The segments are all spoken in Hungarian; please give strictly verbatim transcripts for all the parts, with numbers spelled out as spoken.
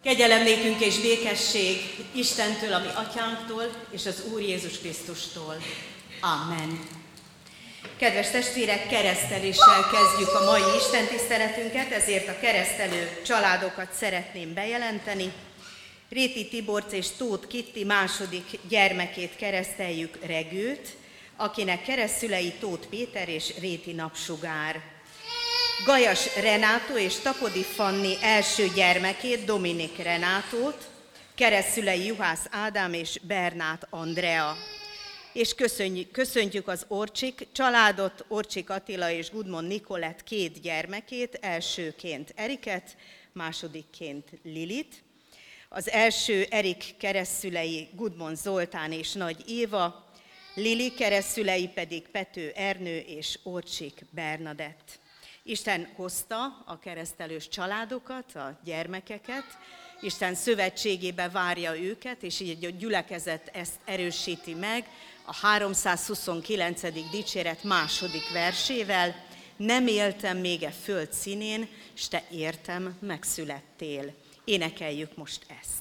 Kegyelem nékünk és békesség Istentől, a mi atyánktól, és az Úr Jézus Krisztustól. Amen. Kedves testvérek, kereszteléssel kezdjük a mai istentiszteletünket, ezért a keresztelő családokat szeretném bejelenteni. Réti Tiborc és Tóth Kitti második gyermekét kereszteljük, Regőt, akinek keresztszülei Tóth Péter és Réti Napsugár. Gajas Renátó és Tapodi Fanni első gyermekét, Dominik Renátót, keresztszülei Juhász Ádám és Bernát Andrea. És köszönjük, köszöntjük az Orcsik családot, Orcsik Attila és Gudmond Nikolett két gyermekét, elsőként Eriket, másodikként Lilit. Az első Erik keresztszülei Gudmond Zoltán és Nagy Éva, Lili keresztszülei pedig Pető Ernő és Orcsik Bernadett. Isten hozta a keresztelős családokat, a gyermekeket, Isten szövetségébe várja őket, és így a gyülekezet ezt erősíti meg a háromszázhuszonkilencedik dicséret második versével. Nem éltem még e föld színén, s te értem megszülettél. Énekeljük most ezt.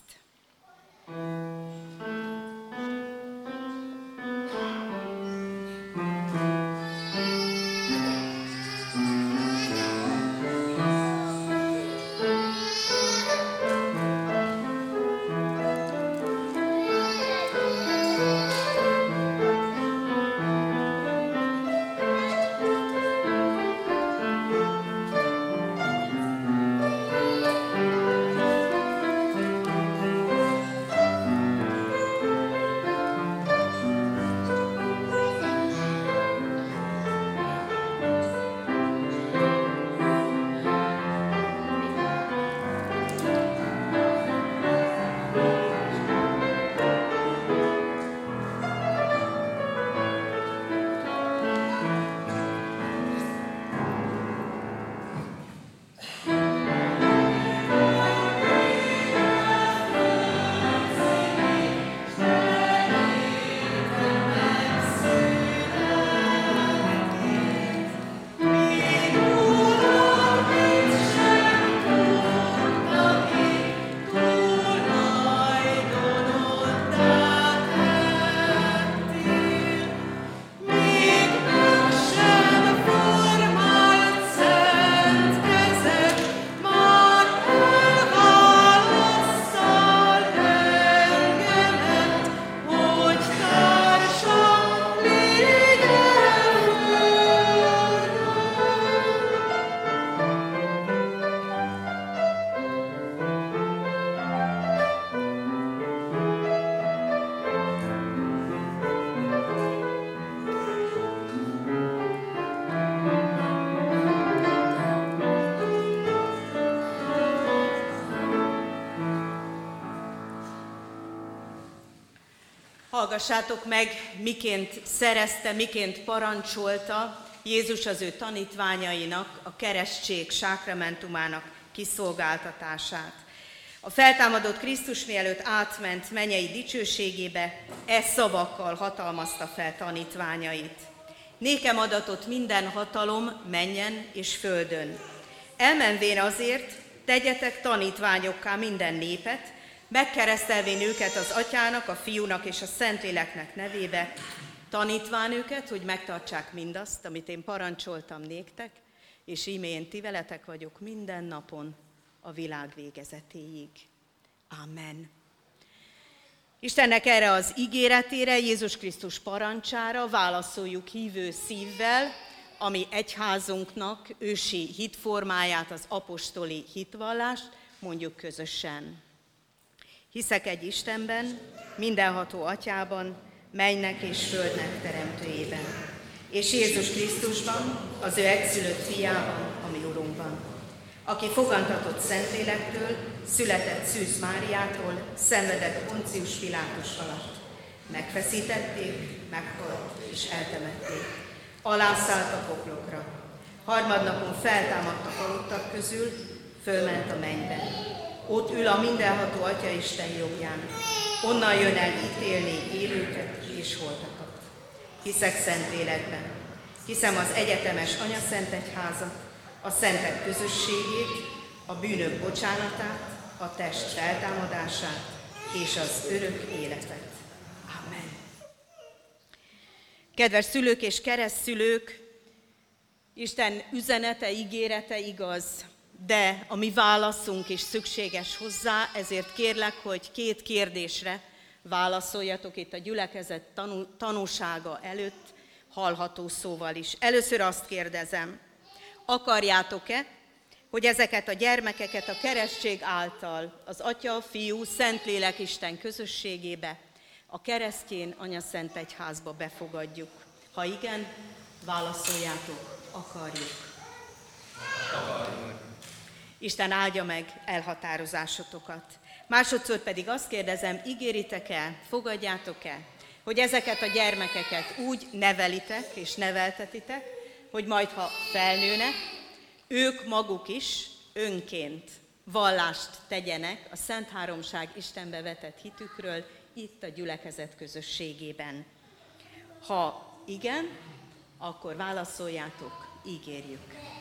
Hallgassátok meg, miként szerezte, miként parancsolta Jézus az ő tanítványainak a keresztség sákramentumának kiszolgáltatását. A feltámadott Krisztus mielőtt átment mennyei dicsőségébe, e szavakkal hatalmazta fel tanítványait. Nékem adatott minden hatalom mennyen és földön. Elmenvén azért, tegyetek tanítványokká minden népet, megkeresztelvén őket az Atyának, a Fiúnak és a Szentléleknek nevébe, tanítván őket, hogy megtartsák mindazt, amit én parancsoltam néktek, és íme én ti veletek vagyok minden napon a világ végezetéig. Amen. Istennek erre az ígéretére, Jézus Krisztus parancsára válaszoljuk hívő szívvel, ami egyházunknak ősi hitformáját, az apostoli hitvallást, mondjuk közösen. Hiszek egy Istenben, mindenható Atyában, mennynek és földnek teremtőjében, és Jézus Krisztusban, az ő egyszülött fiában, a mi Urunkban, aki fogantatott Szentlélektől, született Szűz Máriától, szenvedett Poncius Pilátus alatt. Megfeszítették, meghalt és eltemették. Alászállt a poklokra. Harmadnapon feltámadt a halottak közül, fölment a mennybe. Ott ül a mindenható Atya Isten jobbján. Onnan jön el ítélni élőket és holtakat. Hiszek Szentlélekben. Hiszem az egyetemes Anyaszent Egyházat, a szentek közösségét, a bűnök bocsánatát, a test feltámadását és az örök életet. Amen. Kedves szülők és keresztszülők, Isten üzenete, ígérete igaz, de a mi válaszunk is szükséges hozzá, ezért kérlek, hogy két kérdésre válaszoljatok itt a gyülekezet tanú, tanúsága előtt, hallható szóval is. Először azt kérdezem, akarjátok-e, hogy ezeket a gyermekeket a keresztség által az Atya, Fiú, Szentlélek Isten közösségébe, a keresztjén Anyaszent Egyházba befogadjuk? Ha igen, válaszoljátok, akarjuk. Akarjuk. Isten áldja meg elhatározásotokat. Másodszor pedig azt kérdezem, ígéritek-e, fogadjátok-e, hogy ezeket a gyermekeket úgy nevelitek és neveltetitek, hogy majd, ha felnőnek, ők maguk is önként vallást tegyenek a Szent Háromság Istenbe vetett hitükről itt a gyülekezet közösségében. Ha igen, akkor válaszoljátok, ígérjük.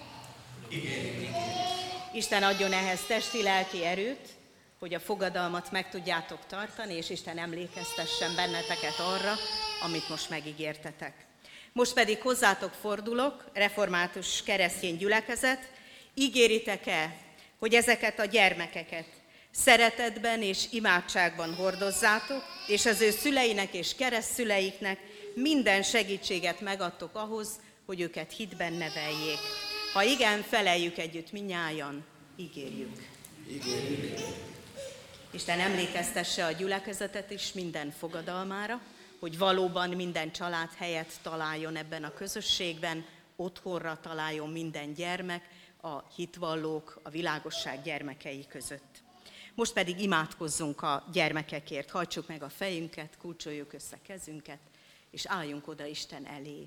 Ígérjük. Isten adjon ehhez testi-lelki erőt, hogy a fogadalmat meg tudjátok tartani, és Isten emlékeztessen benneteket arra, amit most megígértetek. Most pedig hozzátok fordulok, református keresztény gyülekezet, ígéritek-e, hogy ezeket a gyermekeket szeretetben és imádságban hordozzátok, és az ő szüleinek és keresztszüleiknek minden segítséget megadtok ahhoz, hogy őket hitben neveljék. Ha igen, feleljük együtt minnyájan, ígérjük. Ígérjük. Isten emlékeztesse a gyülekezetet is minden fogadalmára, hogy valóban minden család helyet találjon ebben a közösségben, otthonra találjon minden gyermek, a hitvallók, a világosság gyermekei között. Most pedig imádkozzunk a gyermekekért, hajtsuk meg a fejünket, kulcsoljuk össze kezünket, és álljunk oda Isten elé.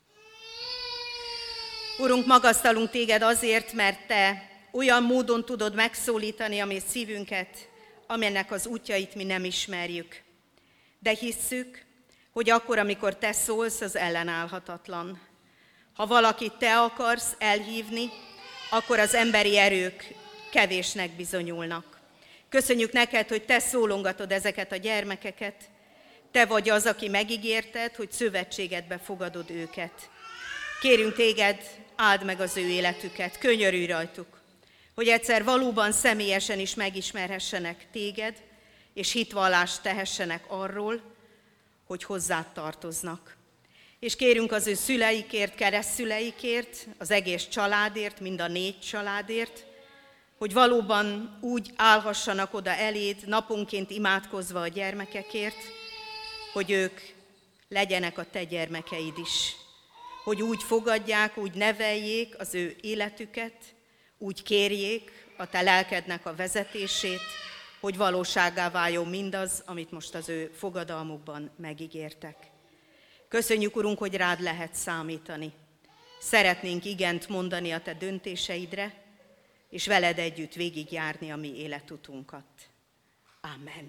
Urunk, magasztalunk téged azért, mert te olyan módon tudod megszólítani a mi szívünket, amennek az útjait mi nem ismerjük. De hisszük, hogy akkor, amikor te szólsz, az ellenállhatatlan. Ha valakit te akarsz elhívni, akkor az emberi erők kevésnek bizonyulnak. Köszönjük neked, hogy te szólongatod ezeket a gyermekeket. Te vagy az, aki megígérted, hogy szövetségedbe fogadod őket. Kérünk téged, áld meg az ő életüket, könyörülj rajtuk, hogy egyszer valóban személyesen is megismerhessenek téged, és hitvallást tehessenek arról, hogy hozzád tartoznak. És kérünk az ő szüleikért, keresztszüleikért, az egész családért, mind a négy családért, hogy valóban úgy állhassanak oda eléd, naponként imádkozva a gyermekekért, hogy ők legyenek a te gyermekeid is. Hogy úgy fogadják, úgy neveljék az ő életüket, úgy kérjék a te lelkednek a vezetését, hogy valósággá váljon mindaz, amit most az ő fogadalmukban megígértek. Köszönjük, Urunk, hogy rád lehet számítani. Szeretnénk igent mondani a te döntéseidre, és veled együtt végigjárni a mi életutunkat. Amen.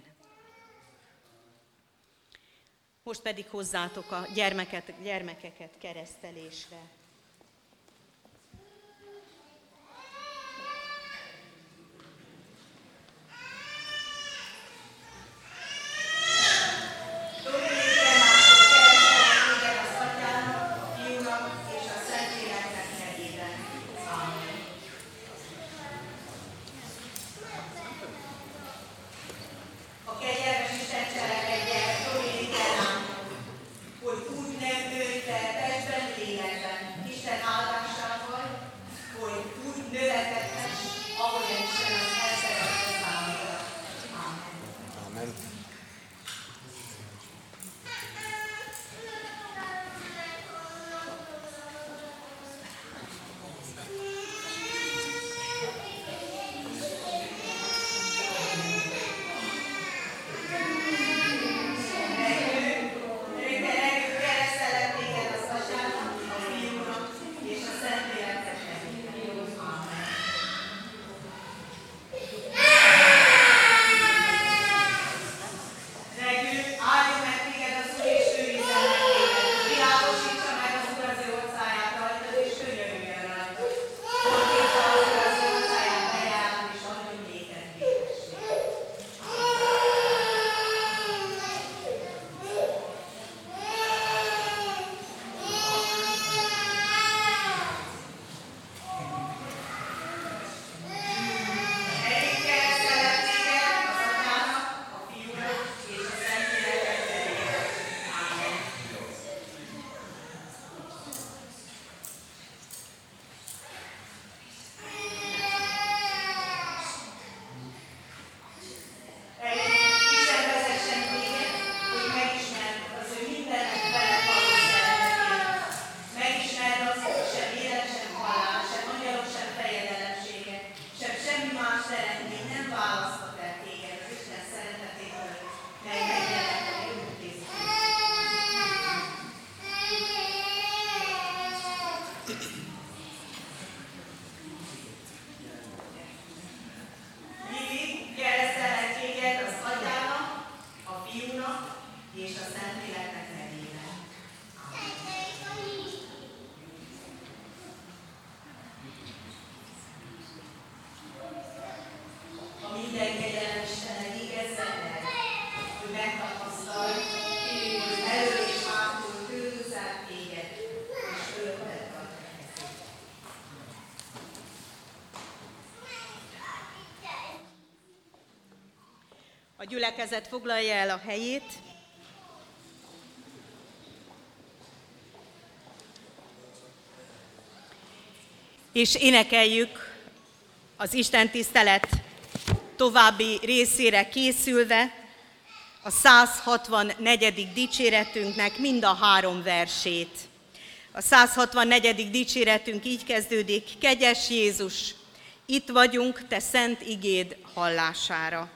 Most pedig hozzátok a gyermeket, gyermekeket keresztelésre. Hogy úgy nem nőtt fel testben, lélekben, megtapasztal, ki elő és hátul tőzzel téged, és fölötted tart a kezét. A gyülekezet foglalja el a helyét, és énekeljük az istentisztelet további részére készülve a száz hatvannegyedik dicséretünknek mind a három versét. A száz hatvannegyedik dicséretünk így kezdődik: Kegyes Jézus, itt vagyunk te szent igéd hallására.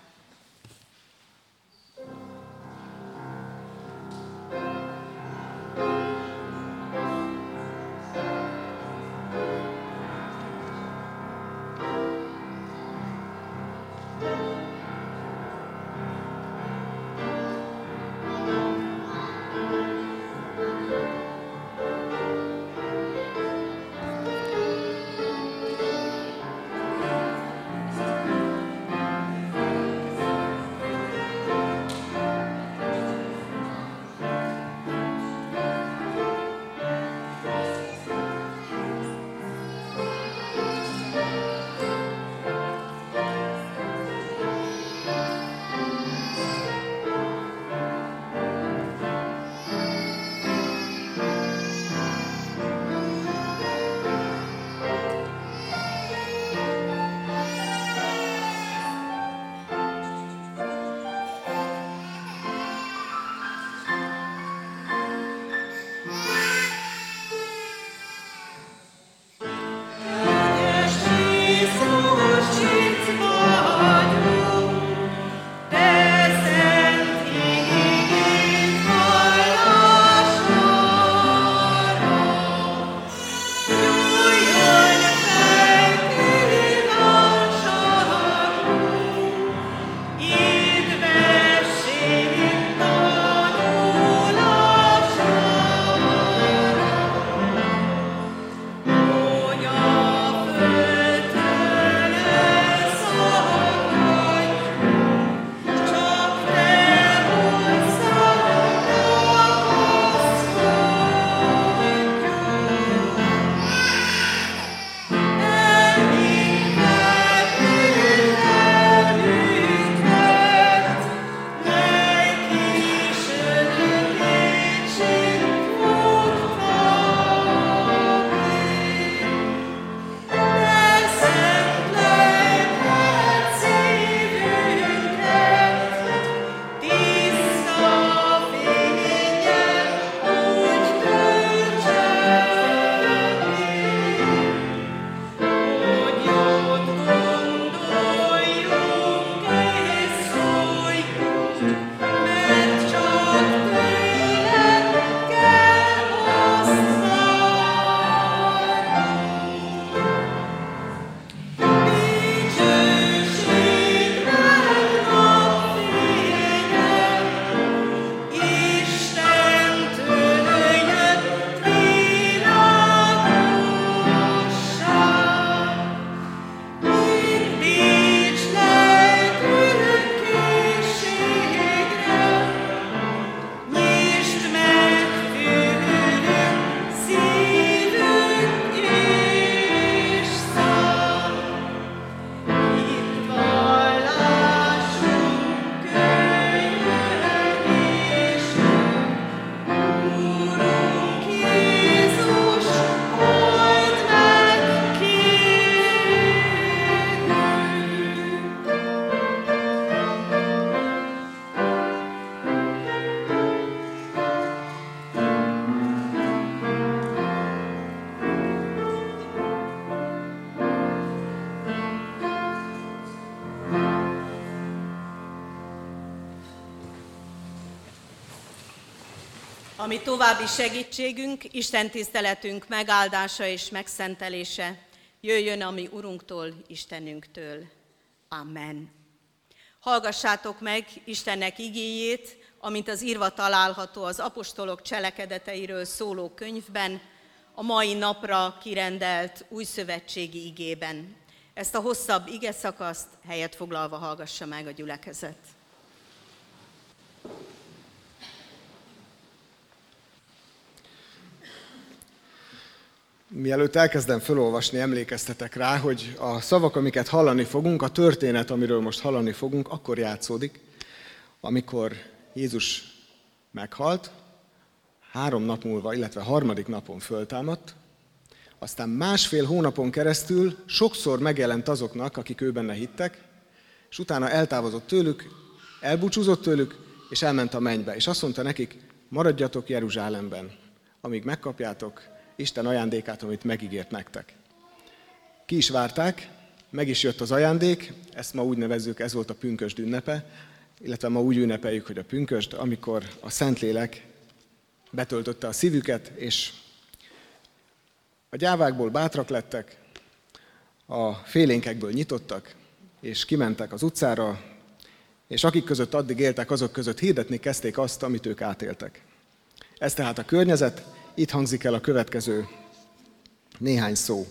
Ami további segítségünk, Isten tiszteletünk megáldása és megszentelése jöjjön a mi Urunktól, Istenünktől. Amen. Hallgassátok meg Istennek igéjét, amint az írva található az apostolok cselekedeteiről szóló könyvben, a mai napra kirendelt újszövetségi igében. Ezt a hosszabb igeszakaszt helyet foglalva hallgassa meg a gyülekezet. Mielőtt elkezdem felolvasni, emlékeztetek rá, hogy a szavak, amiket hallani fogunk, a történet, amiről most hallani fogunk, akkor játszódik, amikor Jézus meghalt, három nap múlva, illetve harmadik napon föltámadt, aztán másfél hónapon keresztül sokszor megjelent azoknak, akik ő benne hittek, és utána eltávozott tőlük, elbúcsúzott tőlük, és elment a mennybe. És azt mondta nekik, maradjatok Jeruzsálemben, amíg megkapjátok Isten ajándékát, amit megígért nektek. Ki is várták, meg is jött az ajándék, ezt ma úgy nevezzük, ez volt a pünkösd ünnepe, illetve ma úgy ünnepeljük, hogy a pünkösd, amikor a Szentlélek betöltötte a szívüket, és a gyávákból bátrak lettek, a félénkekből nyitottak, és kimentek az utcára, és akik között addig éltek, azok között hirdetni kezdték azt, amit ők átéltek. Ez tehát a környezet, itt hangzik el a következő néhány szó.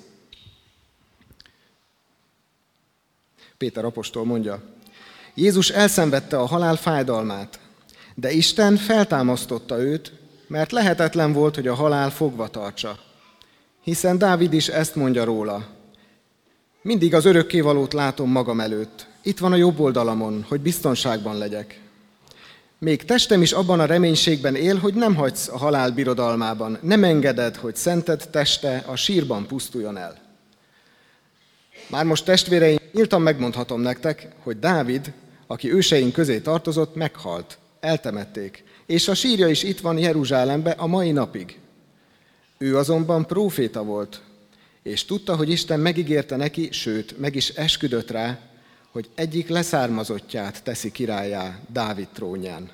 Péter apostol mondja, Jézus elszenvedte a halál fájdalmát, de Isten feltámasztotta őt, mert lehetetlen volt, hogy a halál fogva tartsa. Hiszen Dávid is ezt mondja róla. Mindig az örökkévalót látom magam előtt. Itt van a jobb oldalamon, hogy biztonságban legyek. Még testem is abban a reménységben él, hogy nem hagysz a halál birodalmában. Nem engeded, hogy szented teste a sírban pusztuljon el. Már most testvéreim, nyíltan megmondhatom nektek, hogy Dávid, aki őseink közé tartozott, meghalt. Eltemették. És a sírja is itt van Jeruzsálemben a mai napig. Ő azonban próféta volt, és tudta, hogy Isten megígérte neki, sőt, meg is esküdött rá, hogy egyik leszármazottját teszi királlyá Dávid trónján.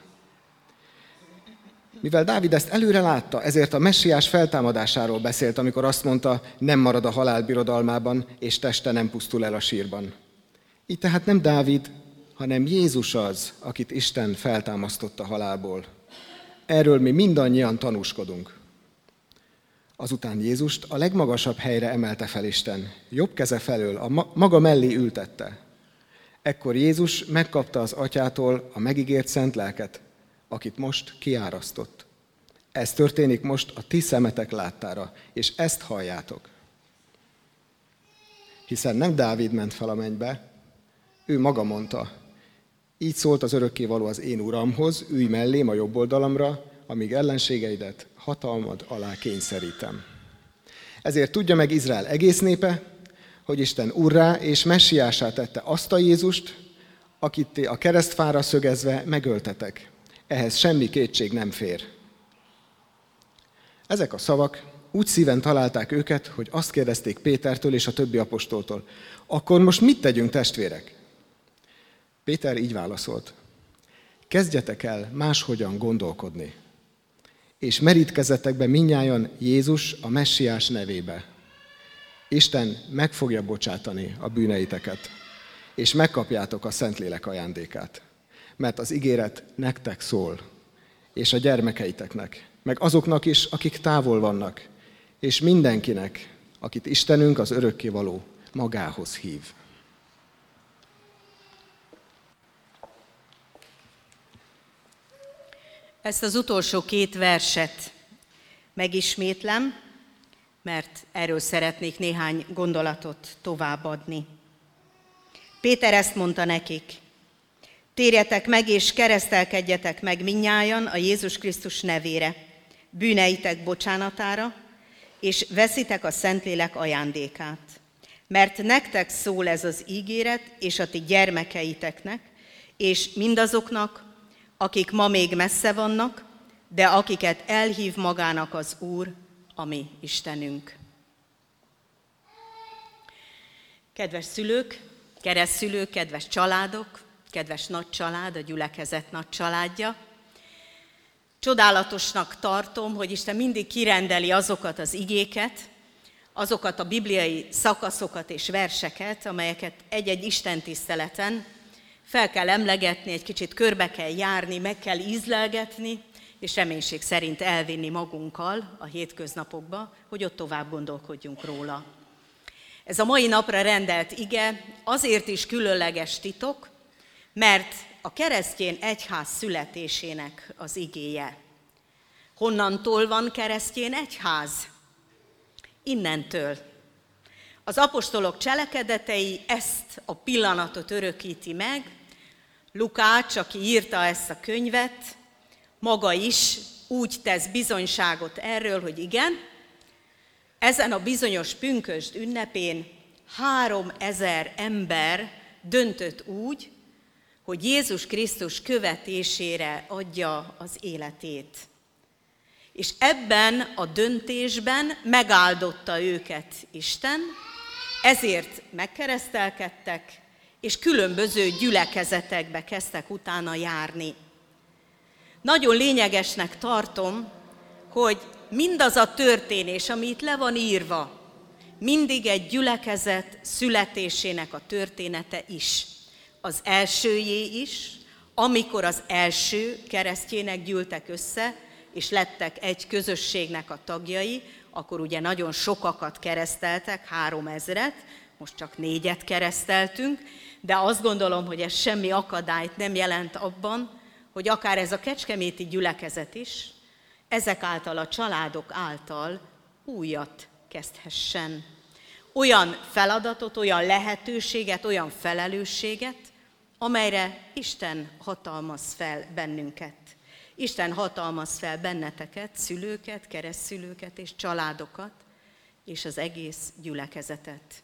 Mivel Dávid ezt előre látta, ezért a messiás feltámadásáról beszélt, amikor azt mondta, nem marad a halál birodalmában, és teste nem pusztul el a sírban. Így tehát nem Dávid, hanem Jézus az, akit Isten feltámasztott a halálból. Erről mi mindannyian tanúskodunk. Azután Jézust a legmagasabb helyre emelte fel Isten, jobb keze felől, a maga mellé ültette. Ekkor Jézus megkapta az Atyától a megígért szent lelket, akit most kiárasztott. Ez történik most a ti szemetek láttára, és ezt halljátok. Hiszen nem Dávid ment fel a mennybe, ő maga mondta, így szólt az örökkévaló az én uramhoz, ülj mellém a jobb oldalamra, amíg ellenségeidet hatalmad alá kényszerítem. Ezért tudja meg Izrael egész népe, hogy Isten urrá és messiásá tette azt a Jézust, akit ti a keresztfára szögezve megöltetek. Ehhez semmi kétség nem fér. Ezek a szavak úgy szíven találták őket, hogy azt kérdezték Pétertől és a többi apostoltól, akkor most mit tegyünk, testvérek? Péter így válaszolt, kezdjetek el máshogyan gondolkodni, és merítkezzetek be mindnyájan Jézus a messiás nevébe. Isten meg fogja bocsátani a bűneiteket, és megkapjátok a Szentlélek ajándékát. Mert az ígéret nektek szól, és a gyermekeiteknek, meg azoknak is, akik távol vannak, és mindenkinek, akit Istenünk az örökkévaló magához hív. Ezt az utolsó két verset megismétlem, mert erről szeretnék néhány gondolatot továbbadni. Péter ezt mondta nekik, térjetek meg és keresztelkedjetek meg mindnyájan a Jézus Krisztus nevére, bűneitek bocsánatára, és veszitek a Szentlélek ajándékát. Mert nektek szól ez az ígéret, és a ti gyermekeiteknek, és mindazoknak, akik ma még messze vannak, de akiket elhív magának az Úr, a mi Istenünk. Kedves szülők, keresztszülők, kedves családok, kedves nagy család, a gyülekezet nagy családja, csodálatosnak tartom, hogy Isten mindig kirendeli azokat az igéket, azokat a bibliai szakaszokat és verseket, amelyeket egy-egy istentiszteleten fel kell emlegetni, egy kicsit körbe kell járni, meg kell ízlelgetni, és reménység szerint elvinni magunkkal a hétköznapokba, hogy ott tovább gondolkodjunk róla. Ez a mai napra rendelt ige azért is különleges titok, mert a keresztény egyház születésének az igéje. Honnantól van keresztény egyház? innentől. Az apostolok cselekedetei ezt a pillanatot örökíti meg. Lukács, aki írta ezt a könyvet, maga is úgy tesz bizonyságot erről, hogy igen, ezen a bizonyos pünkösd ünnepén háromezer ember döntött úgy, hogy Jézus Krisztus követésére adja az életét. És ebben a döntésben megáldotta őket Isten, ezért megkeresztelkedtek, és különböző gyülekezetekbe kezdtek utána járni. Nagyon lényegesnek tartom, hogy mindaz a történés, ami itt le van írva, mindig egy gyülekezet születésének a története is. Az elsőjé is, amikor az első keresztjének gyűltek össze, és lettek egy közösségnek a tagjai, akkor ugye nagyon sokakat kereszteltek, három ezret, most csak négyet kereszteltünk, de azt gondolom, hogy ez semmi akadályt nem jelent abban, hogy akár ez a kecskeméti gyülekezet is, ezek által a családok által újat kezdhessen. Olyan feladatot, olyan lehetőséget, olyan felelősséget, amelyre Isten hatalmaz fel bennünket. Isten hatalmaz fel benneteket, szülőket, keresztszülőket és családokat, és az egész gyülekezetet.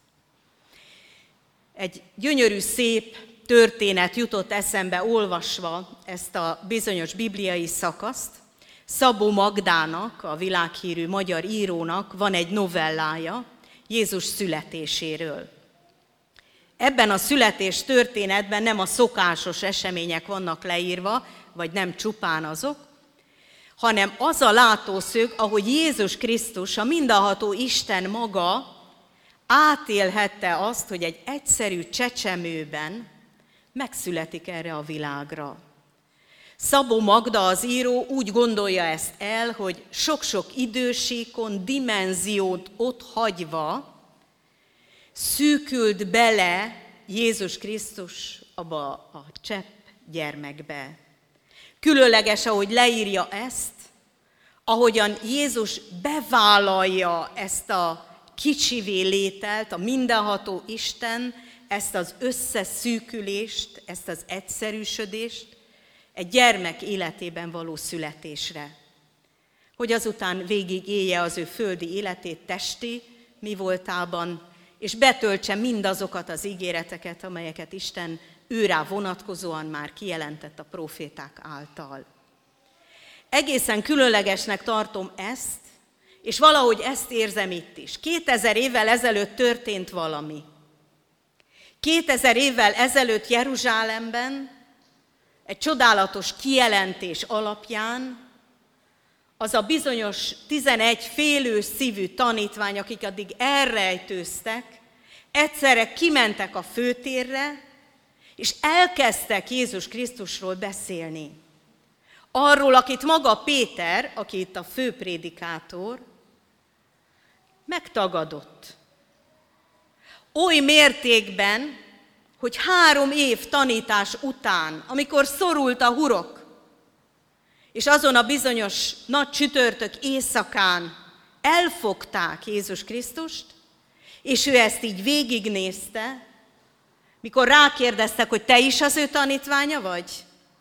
Egy gyönyörű, szép történet jutott eszembe olvasva ezt a bizonyos bibliai szakaszt. Szabó Magdának, a világhírű magyar írónak van egy novellája Jézus születéséről. Ebben a születés történetben nem a szokásos események vannak leírva, vagy nem csupán azok, hanem az a látószög, ahogy Jézus Krisztus, a mindenható Isten maga átélhette azt, hogy egy egyszerű csecsemőben megszületik erre a világra. Szabó Magda, az író, úgy gondolja ezt el, hogy sok-sok idősíkon, dimenziót ott hagyva szűkült bele Jézus Krisztus abba a csepp gyermekbe. Különleges, ahogy leírja ezt, ahogyan Jézus bevállalja ezt a kicsivé lételt, a mindenható Isten, ezt az összeszűkülést, ezt az egyszerűsödést egy gyermek életében való születésre. Hogy azután végig élje az ő földi életét testi mi voltában, és betöltse mindazokat az ígéreteket, amelyeket Isten őrá vonatkozóan már kijelentett a próféták által. Egészen különlegesnek tartom ezt, és valahogy ezt érzem itt is. Kétezer évvel ezelőtt történt valami. Kétezer évvel ezelőtt Jeruzsálemben egy csodálatos kijelentés alapján az a bizonyos tizenegy félő szívű tanítvány, akik addig elrejtőztek, egyszerre kimentek a főtérre, és elkezdtek Jézus Krisztusról beszélni. Arról, akit maga Péter, aki itt a főprédikátor, megtagadott. Oly mértékben, hogy három év tanítás után, amikor szorult a hurok, és azon a bizonyos nagy csütörtök éjszakán elfogták Jézus Krisztust, és ő ezt így végignézte, mikor rákérdeztek, hogy te is az ő tanítványa vagy?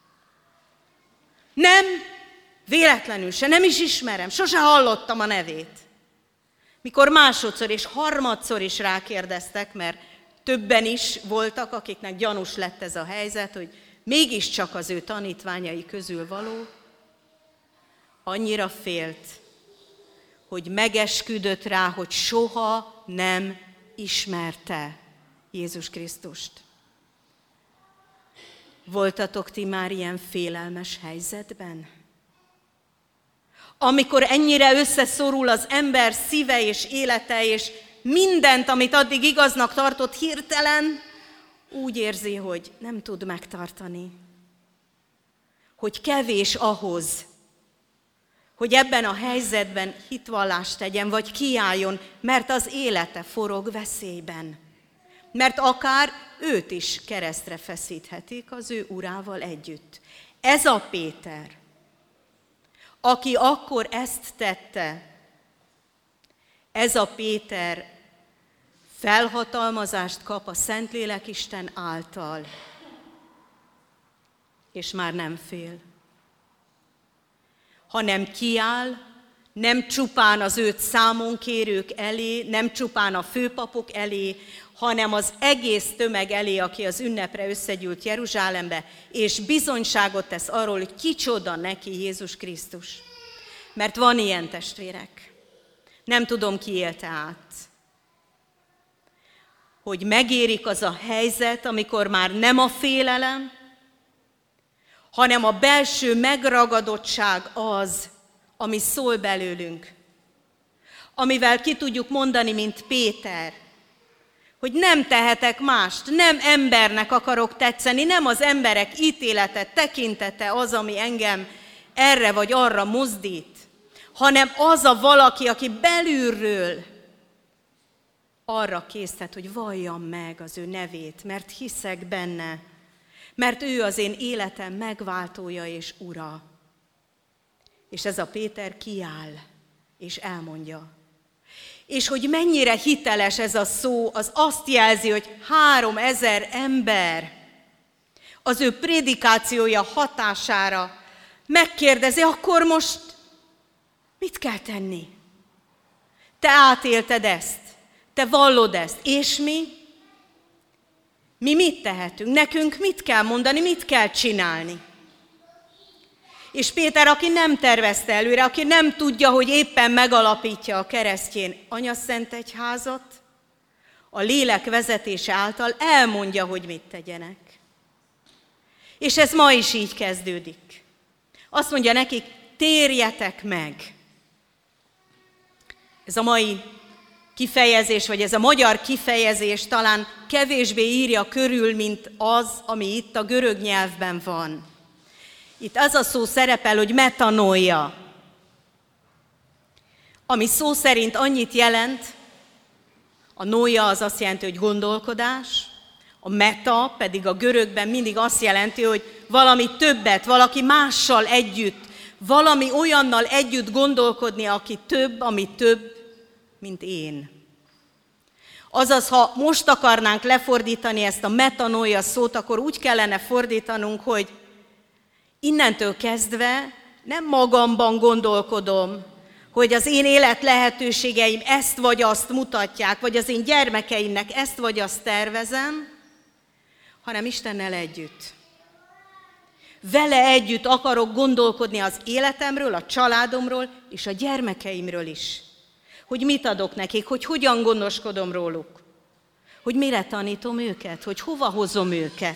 Nem, véletlenül se, nem is ismerem, sose hallottam a nevét. Mikor másodszor és harmadszor is rákérdeztek, mert többen is voltak, akiknek gyanús lett ez a helyzet, hogy mégiscsak az ő tanítványai közül való, annyira félt, hogy megesküdött rá, hogy soha nem ismerte Jézus Krisztust. Voltatok ti már ilyen félelmes helyzetben? Amikor ennyire összeszorul az ember szíve és élete, és mindent, amit addig igaznak tartott, hirtelen úgy érzi, hogy nem tud megtartani. Hogy kevés ahhoz, hogy ebben a helyzetben hitvallást tegyen, vagy kiálljon, mert az élete forog veszélyben. Mert akár őt is keresztre feszíthetik az ő urával együtt. Ez a Péter, aki akkor ezt tette, Ez a Péter felhatalmazást kap a Szentlélek Isten által, és már nem fél, hanem kiáll, nem csupán az őt számon kérők elé, nem csupán a főpapok elé, hanem az egész tömeg elé, aki az ünnepre összegyűlt Jeruzsálembe, és bizonyságot tesz arról, hogy kicsoda neki Jézus Krisztus. Mert van ilyen, testvérek. Nem tudom, ki élte át. Hogy megérik az a helyzet, amikor már nem a félelem, hanem a belső megragadottság az, ami szól belőlünk. Amivel ki tudjuk mondani, mint Péter, hogy nem tehetek mást, nem embernek akarok tetszeni, nem az emberek ítélete, tekintete az, ami engem erre vagy arra mozdít, hanem az a valaki, aki belülről arra késztet, hogy valljam meg az ő nevét, mert hiszek benne, mert ő az én életem megváltója és ura. És ez a Péter kiáll, és elmondja. És hogy mennyire hiteles ez a szó, az azt jelzi, hogy három ezer ember az ő prédikációja hatására megkérdezi, akkor most mit kell tenni? Te átélted ezt, te vallod ezt, és mi? Mi mit tehetünk? Nekünk mit kell mondani, mit kell csinálni? És Péter, aki nem tervezte előre, aki nem tudja, hogy éppen megalapítja a keresztjén Anyaszent Egyházat, a lélek vezetése által elmondja, hogy mit tegyenek. És ez ma is így kezdődik. Azt mondja nekik, térjetek meg. Ez a mai kifejezés, vagy ez a magyar kifejezés talán kevésbé írja körül, mint az, ami itt a görög nyelvben van. Itt az a szó szerepel, hogy metanoia, ami szó szerint annyit jelent, a noia az azt jelenti, hogy gondolkodás, a meta pedig a görögben mindig azt jelenti, hogy valami többet, valaki mással együtt, valami olyannal együtt gondolkodni, aki több, ami több, mint én. Azaz, ha most akarnánk lefordítani ezt a metanoia szót, akkor úgy kellene fordítanunk, hogy innentől kezdve nem magamban gondolkodom, hogy az én élet lehetőségeim ezt vagy azt mutatják, vagy az én gyermekeimnek ezt vagy azt tervezem, hanem Istennel együtt. Vele együtt akarok gondolkodni az életemről, a családomról és a gyermekeimről is. Hogy mit adok nekik, hogy hogyan gondoskodom róluk, hogy mire tanítom őket, hogy hova hozom őket.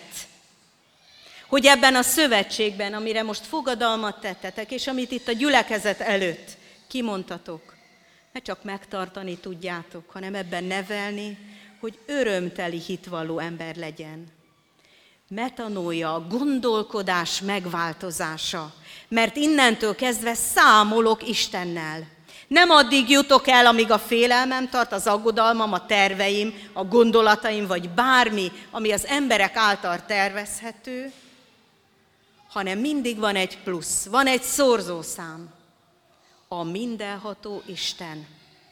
Hogy ebben a szövetségben, amire most fogadalmat tettetek, és amit itt a gyülekezet előtt kimondtatok, ne csak megtartani tudjátok, hanem ebben nevelni, hogy örömteli hitvalló ember legyen. Metanoia, a gondolkodás megváltozása, mert innentől kezdve számolok Istennel. Nem addig jutok el, amíg a félelmem tart, az aggodalmam, a terveim, a gondolataim, vagy bármi, ami az emberek által tervezhető, hanem mindig van egy plusz, van egy szorzószám, a mindenható Isten.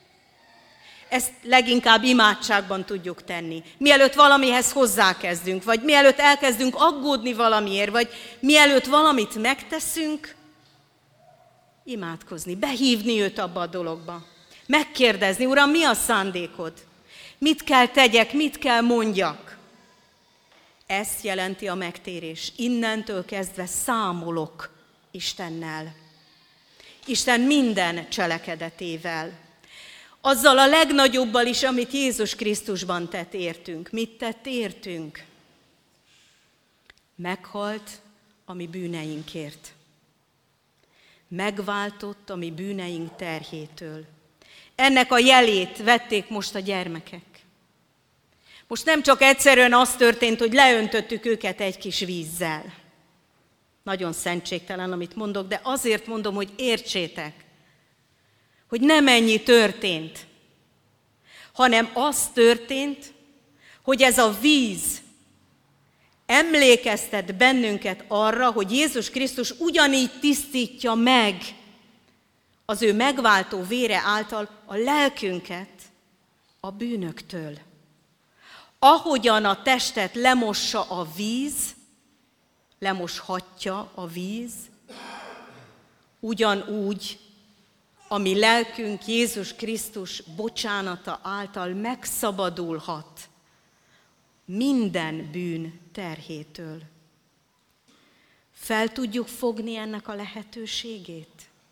Ezt leginkább imádságban tudjuk tenni. Mielőtt valamihez hozzákezdünk, vagy mielőtt elkezdünk aggódni valamiért, vagy mielőtt valamit megteszünk, imádkozni, behívni őt abba a dologba. Megkérdezni, Uram, mi a szándékod? Mit kell tegyek, mit kell mondjak? Ezt jelenti a megtérés. Innentől kezdve számolok Istennel. Isten minden cselekedetével. Azzal a legnagyobbal is, amit Jézus Krisztusban tett értünk. Mit tett értünk? Meghalt a mi bűneinkért. Megváltott a mi bűneink terhétől. Ennek a jelét vették most a gyermekek. Most nem csak egyszerűen az történt, hogy leöntöttük őket egy kis vízzel. Nagyon szentségtelen, amit mondok, de azért mondom, hogy értsétek, hogy nem ennyi történt, hanem az történt, hogy ez a víz emlékeztet bennünket arra, hogy Jézus Krisztus ugyanígy tisztítja meg az ő megváltó vére által a lelkünket a bűnöktől. Ahogyan a testet lemossa a víz, lemoshatja a víz, ugyanúgy a mi lelkünk Jézus Krisztus bocsánata által megszabadulhat minden bűn terhétől. Fel tudjuk fogni ennek a lehetőségét?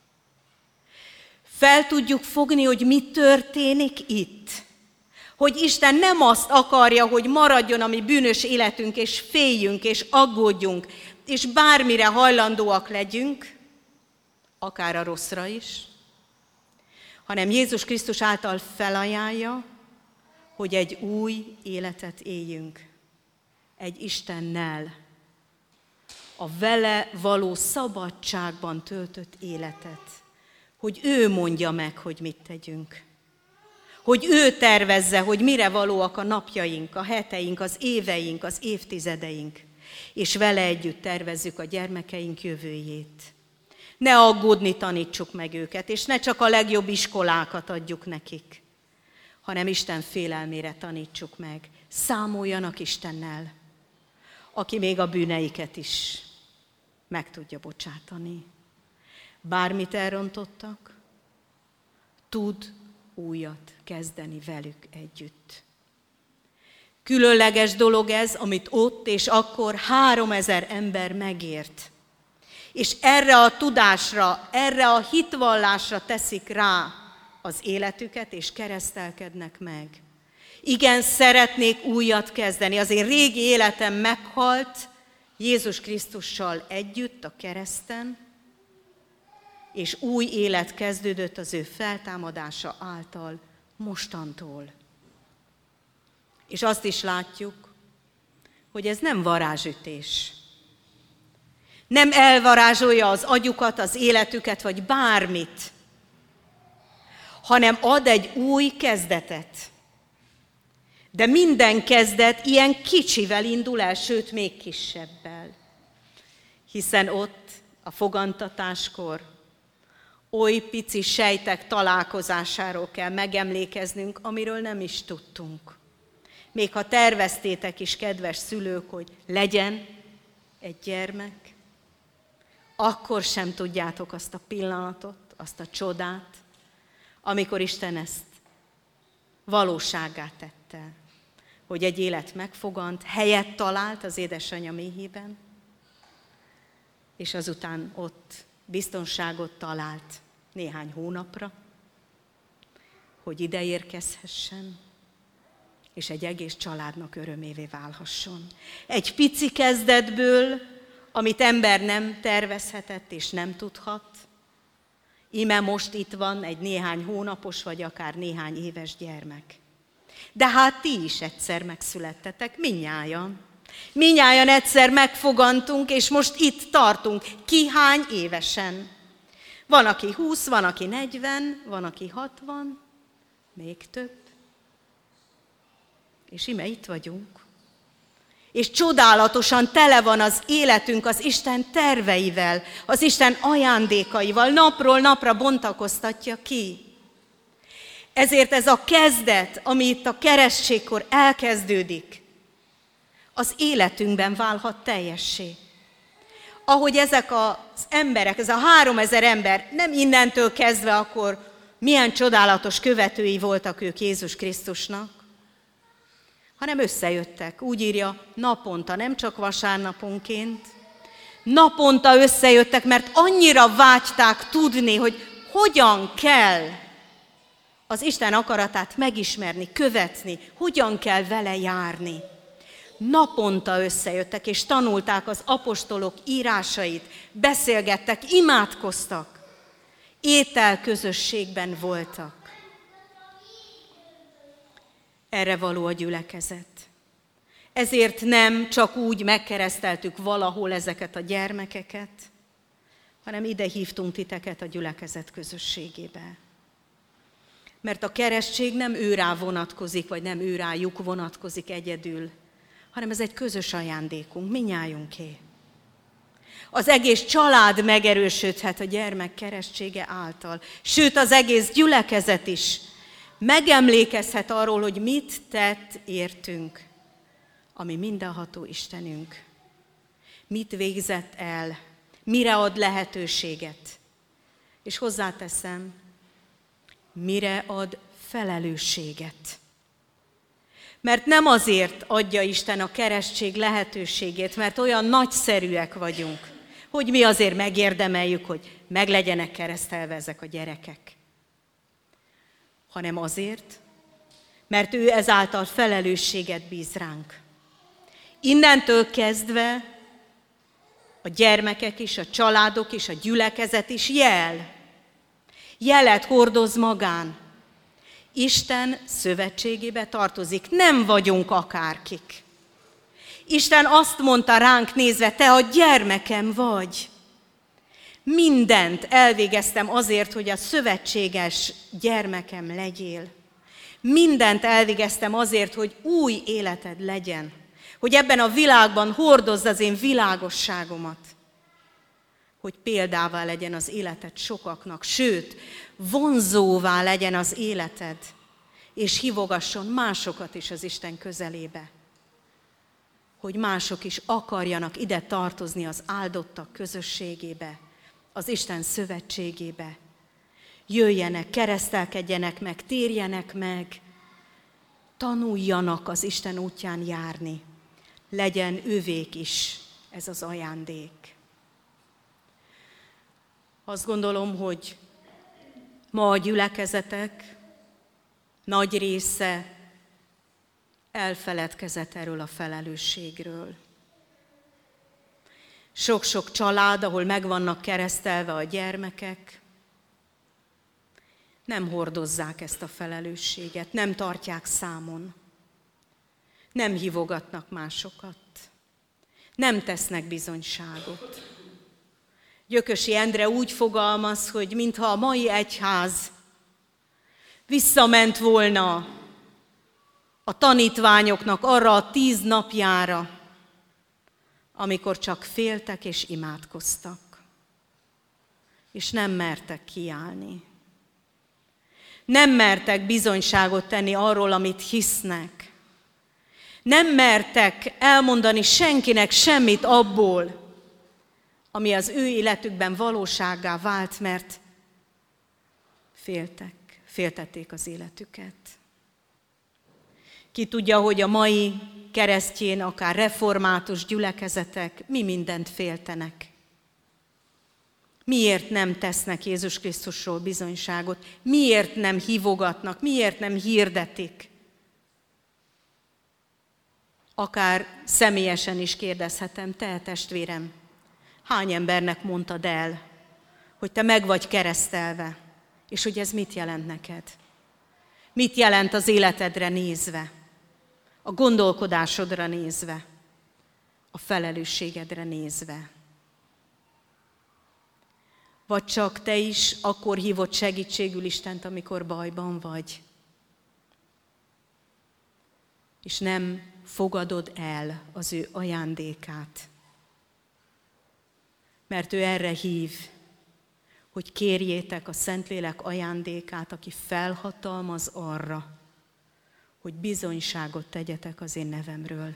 Fel tudjuk fogni, hogy mi történik itt? Hogy Isten nem azt akarja, hogy maradjon a mi bűnös életünk, és féljünk, és aggódjunk, és bármire hajlandóak legyünk, akár a rosszra is, hanem Jézus Krisztus által felajánlja, hogy egy új életet éljünk, egy Istennel, a vele való szabadságban töltött életet, hogy ő mondja meg, hogy mit tegyünk, hogy ő tervezze, hogy mire valóak a napjaink, a heteink, az éveink, az évtizedeink, és vele együtt tervezzük a gyermekeink jövőjét. Ne aggódni tanítsuk meg őket, és ne csak a legjobb iskolákat adjuk nekik, hanem Isten félelmére tanítsuk meg. Számoljanak Istennel, aki még a bűneiket is meg tudja bocsátani. Bármit elrontottak, tud újat kezdeni velük együtt. Különleges dolog ez, amit ott és akkor háromezer ember megért. És erre a tudásra, erre a hitvallásra teszik rá az életüket, és keresztelkednek meg. Igen, szeretnék újat kezdeni. Az én régi életem meghalt Jézus Krisztussal együtt a kereszten, és új élet kezdődött az ő feltámadása által mostantól. És azt is látjuk, hogy ez nem varázsütés. Nem elvarázsolja az agyukat, az életüket, vagy bármit, hanem ad egy új kezdetet. De minden kezdet ilyen kicsivel indul el, sőt, még kisebbel. Hiszen ott a fogantatáskor oly pici sejtek találkozásáról kell megemlékeznünk, amiről nem is tudtunk. Még ha terveztétek is, kedves szülők, hogy legyen egy gyermek, akkor sem tudjátok azt a pillanatot, azt a csodát, amikor Isten ezt valósággá tette, hogy egy élet megfogant, helyet talált az édesanyja méhében, és azután ott biztonságot talált néhány hónapra, hogy ide érkezhessen, és egy egész családnak örömévé válhasson. Egy pici kezdetből, amit ember nem tervezhetett és nem tudhat, íme most itt van egy néhány hónapos, vagy akár néhány éves gyermek. De hát ti is egyszer megszülettetek, mindnyájan. Mindnyájan egyszer megfogantunk, és most itt tartunk. Ki hány évesen? Van, aki húsz, van, aki negyven, van, aki hatvan, még több. És ime itt vagyunk. És csodálatosan tele van az életünk az Isten terveivel, az Isten ajándékaival, napról napra bontakoztatja ki. Ezért ez a kezdet, ami itt a keresztségkor elkezdődik, az életünkben válhat teljessé. Ahogy ezek az emberek, ez a háromezer ember nem innentől kezdve akkor milyen csodálatos követői voltak ők Jézus Krisztusnak, hanem összejöttek. Úgy írja, naponta, nem csak vasárnaponként, naponta összejöttek, mert annyira vágyták tudni, hogy hogyan kell az Isten akaratát megismerni, követni, hogyan kell vele járni. Naponta összejöttek, és tanulták az apostolok írásait, beszélgettek, imádkoztak, ételközösségben voltak. Erre való a gyülekezet. Ezért nem csak úgy megkereszteltük valahol ezeket a gyermekeket, hanem ide hívtunk titeket a gyülekezet közösségébe. Mert a keresztség nem őrá vonatkozik, vagy nem őrájuk vonatkozik egyedül, hanem ez egy közös ajándékunk, mindnyájunké. Az egész család megerősödhet a gyermek keresztsége által. Sőt, az egész gyülekezet is megemlékezhet arról, hogy mit tett értünk, ami mindenható Istenünk. Mit végzett el, mire ad lehetőséget. És hozzáteszem, mire ad felelősséget. Mert nem azért adja Isten a keresztség lehetőségét, mert olyan nagyszerűek vagyunk, hogy mi azért megérdemeljük, hogy meg legyenek keresztelve ezek a gyerekek. Hanem azért, mert ő ezáltal felelősséget bíz ránk. Innentől kezdve a gyermekek is, a családok is, a gyülekezet is jel. Jelet hordoz magán. Isten szövetségébe tartozik, nem vagyunk akárkik. Isten azt mondta ránk nézve, te a gyermekem vagy. Mindent elvégeztem azért, hogy a szövetséges gyermekem legyél. Mindent elvégeztem azért, hogy új életed legyen. Hogy ebben a világban hordozd az én világosságomat. Hogy példává legyen az életed sokaknak, sőt, vonzóvá legyen az életed, és hívogasson másokat is az Isten közelébe. Hogy mások is akarjanak ide tartozni az áldottak közösségébe, az Isten szövetségébe. Jöjjenek, keresztelkedjenek meg, térjenek meg, tanuljanak az Isten útján járni. Legyen ővék is ez az ajándék. Azt gondolom, hogy ma a gyülekezetek nagy része elfeledkezett erről a felelősségről. Sok-sok család, ahol meg vannak keresztelve a gyermekek, nem hordozzák ezt a felelősséget, nem tartják számon, nem hívogatnak másokat, nem tesznek bizonyságot. Gyökösi Endre úgy fogalmaz, hogy mintha a mai egyház visszament volna a tanítványoknak arra a tíz napjára, amikor csak féltek és imádkoztak, és nem mertek kiállni. Nem mertek bizonyságot tenni arról, amit hisznek. Nem mertek elmondani senkinek semmit abból, ami az ő életükben valósággá vált, mert féltek, féltették az életüket. Ki tudja, hogy a mai keresztjén, akár református gyülekezetek mi mindent féltenek. Miért nem tesznek Jézus Krisztusról bizonyságot? Miért nem hívogatnak? Miért nem hirdetik? Akár személyesen is kérdezhetem, te testvérem, hány embernek mondtad el, hogy te meg vagy keresztelve, és hogy ez mit jelent neked? Mit jelent az életedre nézve, a gondolkodásodra nézve, a felelősségedre nézve? Vagy csak te is akkor hívod segítségül Istent, amikor bajban vagy, és nem fogadod el az ő ajándékát. Mert ő erre hív, hogy kérjétek a Szentlélek ajándékát, aki felhatalmaz arra, hogy bizonyságot tegyetek az én nevemről.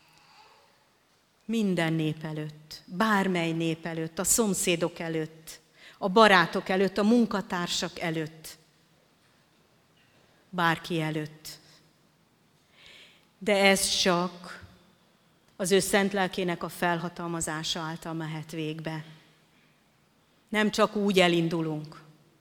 Minden nép előtt, bármely nép előtt, a szomszédok előtt, a barátok előtt, a munkatársak előtt, bárki előtt. De ez csak az ő szent lelkének a felhatalmazása által mehet végbe. Nem csak úgy elindulunk,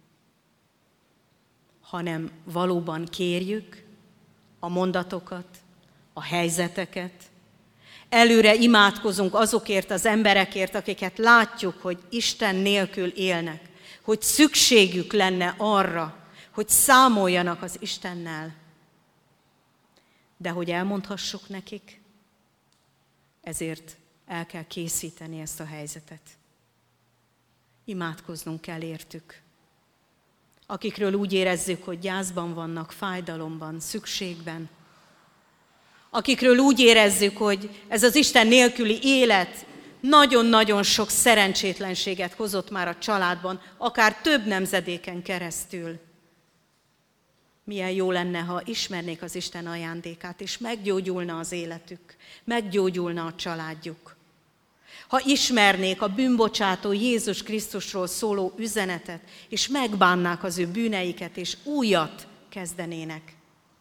hanem valóban kérjük a mondatokat, a helyzeteket. Előre imádkozunk azokért az emberekért, akiket látjuk, hogy Isten nélkül élnek, hogy szükségük lenne arra, hogy számoljanak az Istennel. De hogy elmondhassuk nekik, ezért el kell készíteni ezt a helyzetet. Imádkoznunk kell értük. Akikről úgy érezzük, hogy gyászban vannak, fájdalomban, szükségben. Akikről úgy érezzük, hogy ez az Isten nélküli élet nagyon-nagyon sok szerencsétlenséget hozott már a családban, akár több nemzedéken keresztül. Milyen jó lenne, ha ismernék az Isten ajándékát, és meggyógyulna az életük, meggyógyulna a családjuk. Ha ismernék a bűnbocsátó Jézus Krisztusról szóló üzenetet, és megbánnák az ő bűneiket, és újat kezdenének.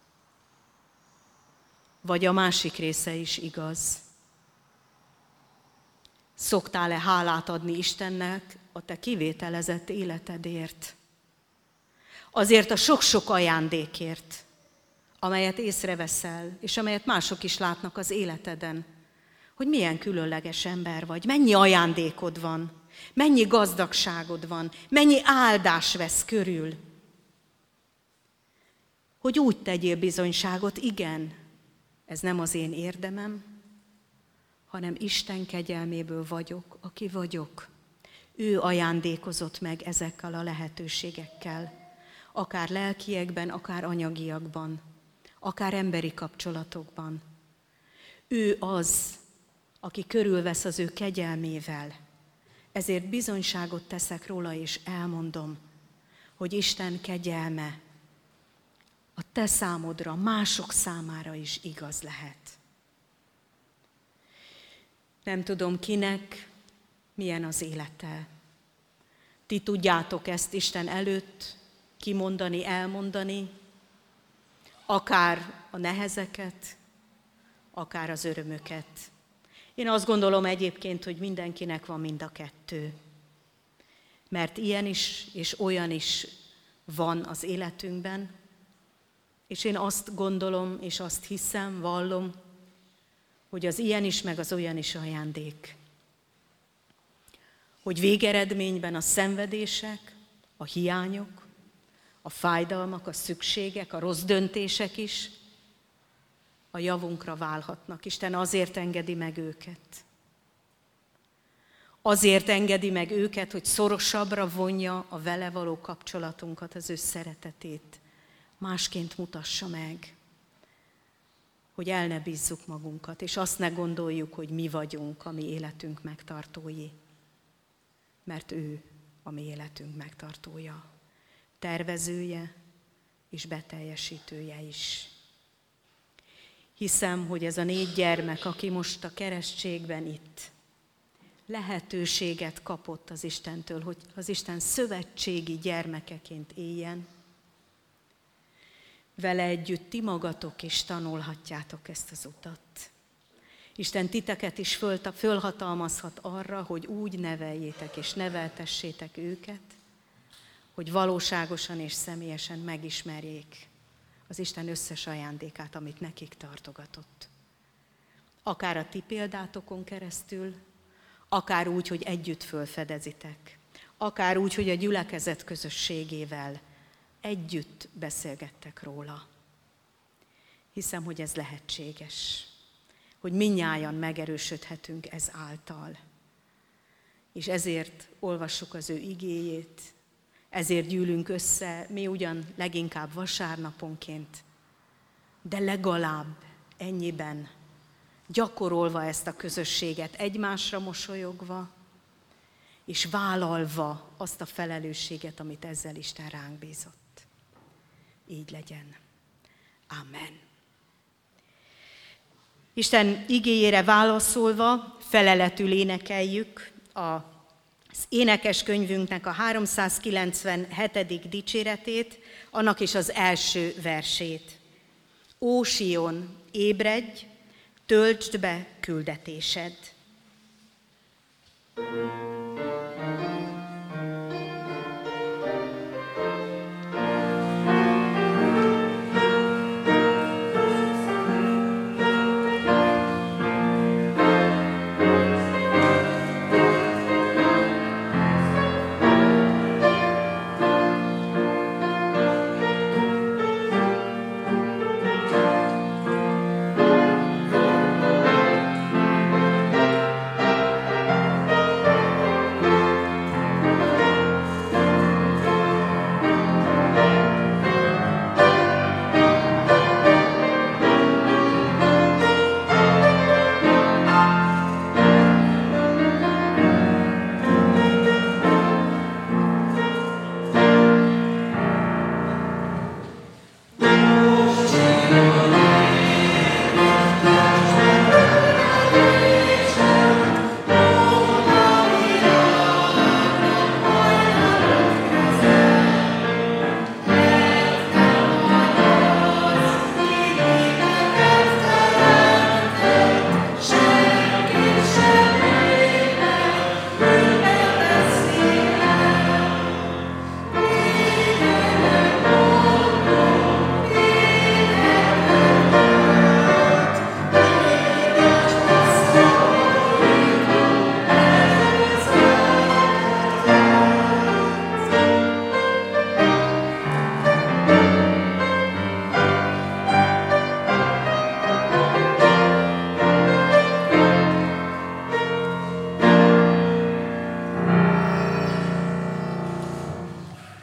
Vagy a másik része is igaz. Szoktál-e hálát adni Istennek a te kivételezett életedért? Azért a sok-sok ajándékért, amelyet észreveszel, és amelyet mások is látnak az életeden, hogy milyen különleges ember vagy, mennyi ajándékod van, mennyi gazdagságod van, mennyi áldás vesz körül. Hogy úgy tegyél bizonyságot, igen, ez nem az én érdemem, hanem Isten kegyelméből vagyok, aki vagyok. Ő ajándékozott meg ezekkel a lehetőségekkel, akár lelkiekben, akár anyagiakban, akár emberi kapcsolatokban. Ő az, aki körülvesz az ő kegyelmével. Ezért bizonyságot teszek róla, és elmondom, hogy Isten kegyelme a te számodra, mások számára is igaz lehet. Nem tudom kinek, milyen az élete. Ti tudjátok ezt Isten előtt kimondani, elmondani, akár a nehezeket, akár az örömöket. Én azt gondolom egyébként, hogy mindenkinek van mind a kettő. Mert ilyen is, és olyan is van az életünkben, és én azt gondolom, és azt hiszem, vallom, hogy az ilyen is, meg az olyan is ajándék. Hogy végeredményben a szenvedések, a hiányok, a fájdalmak, a szükségek, a rossz döntések is a javunkra válhatnak. Isten azért engedi meg őket. Azért engedi meg őket, hogy szorosabbra vonja a vele való kapcsolatunkat, az ő szeretetét. Másként mutassa meg, hogy el ne bízzuk magunkat, és azt ne gondoljuk, hogy mi vagyunk a mi életünk megtartói. Mert ő a mi életünk megtartója, tervezője és beteljesítője is. Hiszem, hogy ez a négy gyermek, aki most a keresztségben itt, lehetőséget kapott az Istentől, hogy az Isten szövetségi gyermekeként éljen. Vele együtt ti magatok is tanulhatjátok ezt az utat. Isten titeket is fölhatalmazhat arra, hogy úgy neveljétek és neveltessétek őket, hogy valóságosan és személyesen megismerjék az Isten összes ajándékát, amit nekik tartogatott. Akár a ti példátokon keresztül, akár úgy, hogy együtt fölfedezitek, akár úgy, hogy a gyülekezet közösségével együtt beszélgettek róla. Hiszem, hogy ez lehetséges, hogy mindnyájan megerősödhetünk ez által. És ezért olvassuk az ő igéjét, ezért gyűlünk össze, mi ugyan leginkább vasárnaponként, de legalább ennyiben gyakorolva ezt a közösséget, egymásra mosolyogva, és vállalva azt a felelősséget, amit ezzel Isten ránk bízott. Így legyen. Amen. Isten igéjére válaszolva feleletül énekeljük az énekeskönyvünknek a háromszázkilencvenhetedik dicséretét, annak is az első versét. Ó Sion, ébredj, töltsd be küldetésed!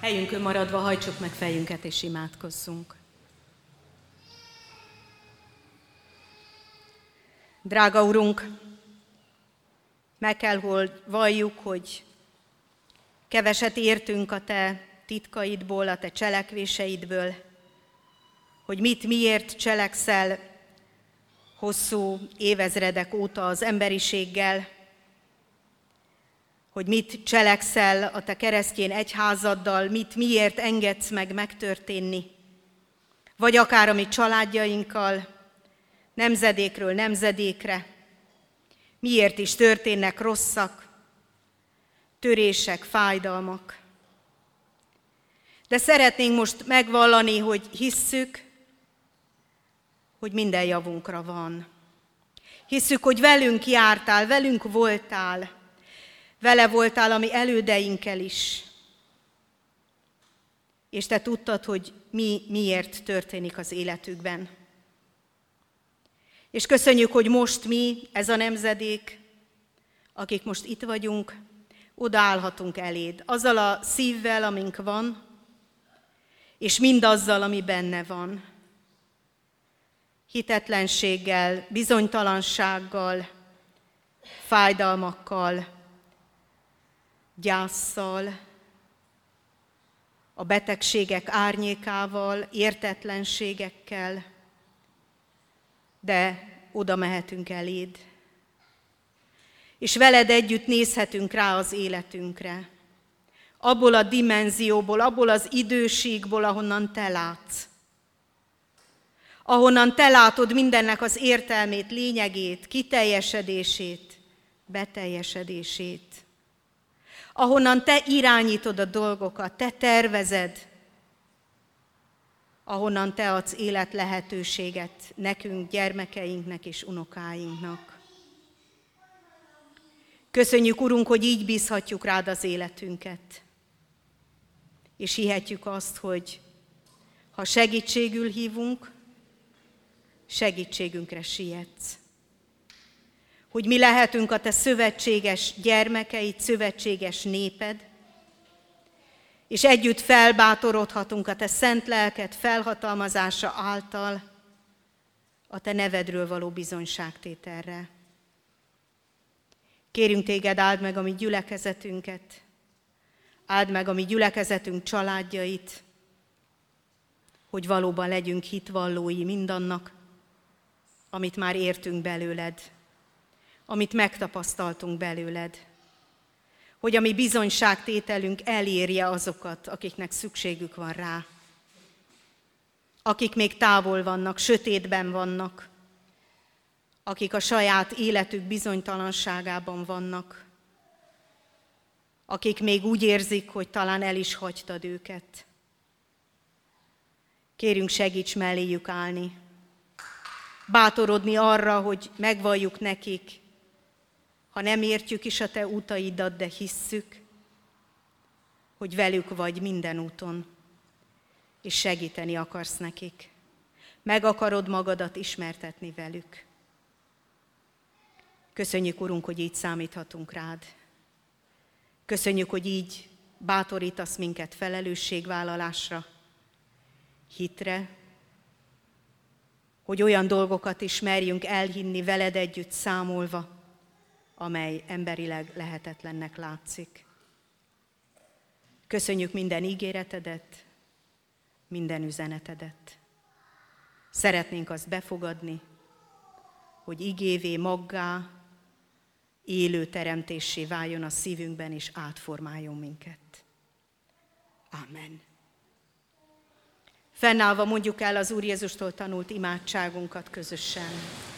Helyünkön maradva hajtsuk meg fejünket és imádkozzunk. Drága Urunk, meg kell, hogy valljuk, hogy keveset értünk a Te titkaidból, a Te cselekvéseidből, hogy mit miért cselekszel hosszú évezredek óta az emberiséggel, hogy mit cselekszel a Te keresztény egyházaddal, mit miért engedsz meg megtörténni, vagy akár a mi családjainkkal, nemzedékről nemzedékre, miért is történnek rosszak, törések, fájdalmak. De szeretnénk most megvallani, hogy hisszük, hogy minden javunkra van. Hisszük, hogy velünk jártál, velünk voltál, vele voltál a mi elődeinkkel is. És Te tudtad, hogy mi miért történik az életükben. És köszönjük, hogy most mi, ez a nemzedék, akik most itt vagyunk, odaállhatunk eléd, azzal a szívvel, amink van, és mindazzal, ami benne van. Hitetlenséggel, bizonytalansággal, fájdalmakkal, gyásszal, a betegségek árnyékával, értetlenségekkel, de oda mehetünk eléd. És veled együtt nézhetünk rá az életünkre. Abból a dimenzióból, abból az idősíkból, ahonnan Te látsz. Ahonnan Te látod mindennek az értelmét, lényegét, kiteljesedését, beteljesedését. Ahonnan Te irányítod a dolgokat, Te tervezed, ahonnan Te adsz élet lehetőséget nekünk, gyermekeinknek és unokáinknak. Köszönjük, Urunk, hogy így bízhatjuk rád az életünket. És hihetjük azt, hogy ha segítségül hívunk, segítségünkre sietsz. Hogy mi lehetünk a Te szövetséges gyermekeid, szövetséges néped, és együtt felbátorodhatunk a Te szent lelked felhatalmazása által a Te nevedről való bizonyságtételre. Kérünk Téged, áld meg a mi gyülekezetünket, áld meg a mi gyülekezetünk családjait, hogy valóban legyünk hitvallói mindannak, amit már értünk belőled, amit megtapasztaltunk belőled, hogy a mi bizonyságtételünk elérje azokat, akiknek szükségük van rá, akik még távol vannak, sötétben vannak, akik a saját életük bizonytalanságában vannak, akik még úgy érzik, hogy talán el is hagytad őket. Kérünk, segíts melléjük állni, bátorodni arra, hogy megvalljuk nekik, ha nem értjük is a Te útaidat, de hisszük, hogy velük vagy minden úton, és segíteni akarsz nekik. Meg akarod magadat ismertetni velük. Köszönjük, Urunk, hogy így számíthatunk rád. Köszönjük, hogy így bátorítasz minket felelősségvállalásra, hitre, hogy olyan dolgokat is merjünk elhinni veled együtt számolva, amely emberileg lehetetlennek látszik. Köszönjük minden ígéretedet, minden üzenetedet. Szeretnénk azt befogadni, hogy igévé, maggá, élő teremtéssé váljon a szívünkben, és átformáljon minket. Amen. Fennállva mondjuk el az Úr Jézustól tanult imádságunkat közösen.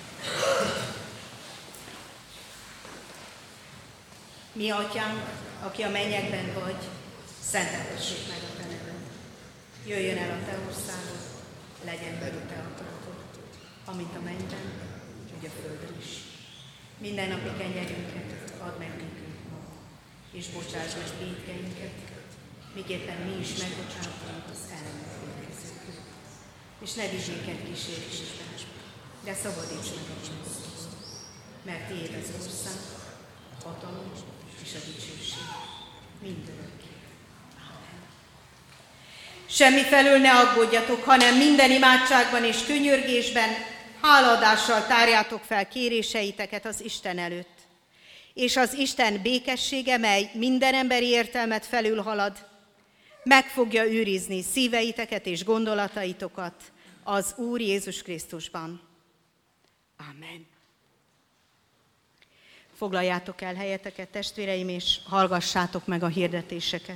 Mi, Atyánk, aki a mennyekben vagy, szenteltessék meg a Te neved. Jöjjön el a Te országod, legyen meg a Te akaratod, amint a mennyben, úgy a földön is. Minden napi kenyerünket add meg nekünk ma, és bocsáss meg vétkeinket, miképpen mi is megbocsátunk az ellenünk vétkezőknek. És ne vigy minket kísértésbe, de szabadíts meg a gonosztól, mert Tiéd az ország, a hatalom és a dicsőség mindörökké. Amen. Semmi felől ne aggódjatok, hanem minden imádságban és könyörgésben hálaadással tárjátok fel kéréseiteket az Isten előtt. És az Isten békessége, mely minden emberi értelmet felülhalad, meg fogja őrizni szíveiteket és gondolataitokat az Úr Jézus Krisztusban. Amen. Foglaljátok el helyeteket, testvéreim, és hallgassátok meg a hirdetéseket.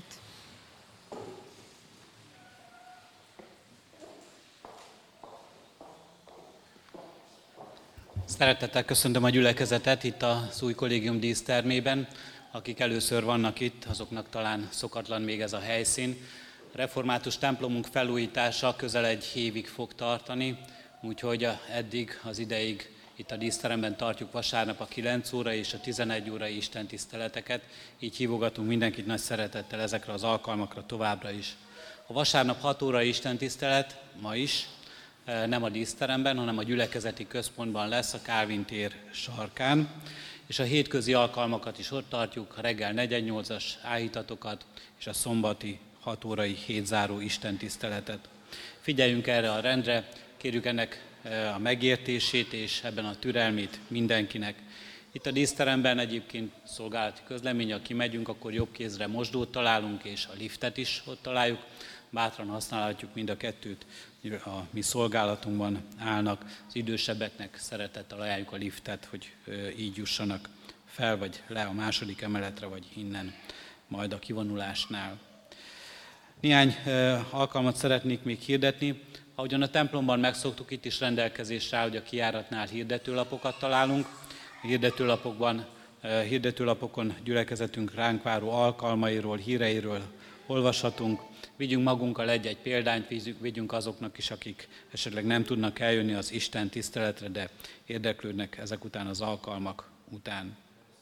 Szeretettel köszöntöm a gyülekezetet itt az új kollégium dísztermében. Akik először vannak itt, azoknak talán szokatlan még ez a helyszín. A református templomunk felújítása közel egy évig fog tartani, úgyhogy eddig, az ideig itt a díszteremben tartjuk vasárnap a kilenc óra és a tizenegy órai istentiszteleteket, így hívogatunk mindenkit nagy szeretettel ezekre az alkalmakra továbbra is. A vasárnap hat órai istentisztelet ma is, nem a díszteremben, hanem a gyülekezeti központban lesz, a Kálvin tér sarkán, és a hétközi alkalmakat is ott tartjuk, a reggel negyven nyolcas áhítatokat és a szombati hat órai hétzáró istentiszteletet. Figyeljünk erre a rendre, kérjük ennek a megértését és ebben a türelmét mindenkinek. Itt a díszteremben egyébként szolgálati közlemény, ha kimegyünk, akkor jobb kézre mosdót találunk, és a liftet is ott találjuk. Bátran használhatjuk mind a kettőt, a mi szolgálatunkban állnak. Az idősebbeknek szeretettel ajánljuk a liftet, hogy így jussanak fel, vagy le a második emeletre, vagy innen, majd a kivonulásnál. Néhány alkalmat szeretnék még hirdetni. Ahogyan a templomban megszoktuk, itt is rendelkezésre áll, hogy a kijáratnál hirdetőlapokat találunk. A hirdetőlapokban, hirdetőlapokon gyülekezetünk ránk váró alkalmairól, híreiről olvashatunk. Vigyünk magunkkal egy-egy példányt, vigyünk azoknak is, akik esetleg nem tudnak eljönni az Isten tiszteletre, de érdeklődnek ezek után az alkalmak után.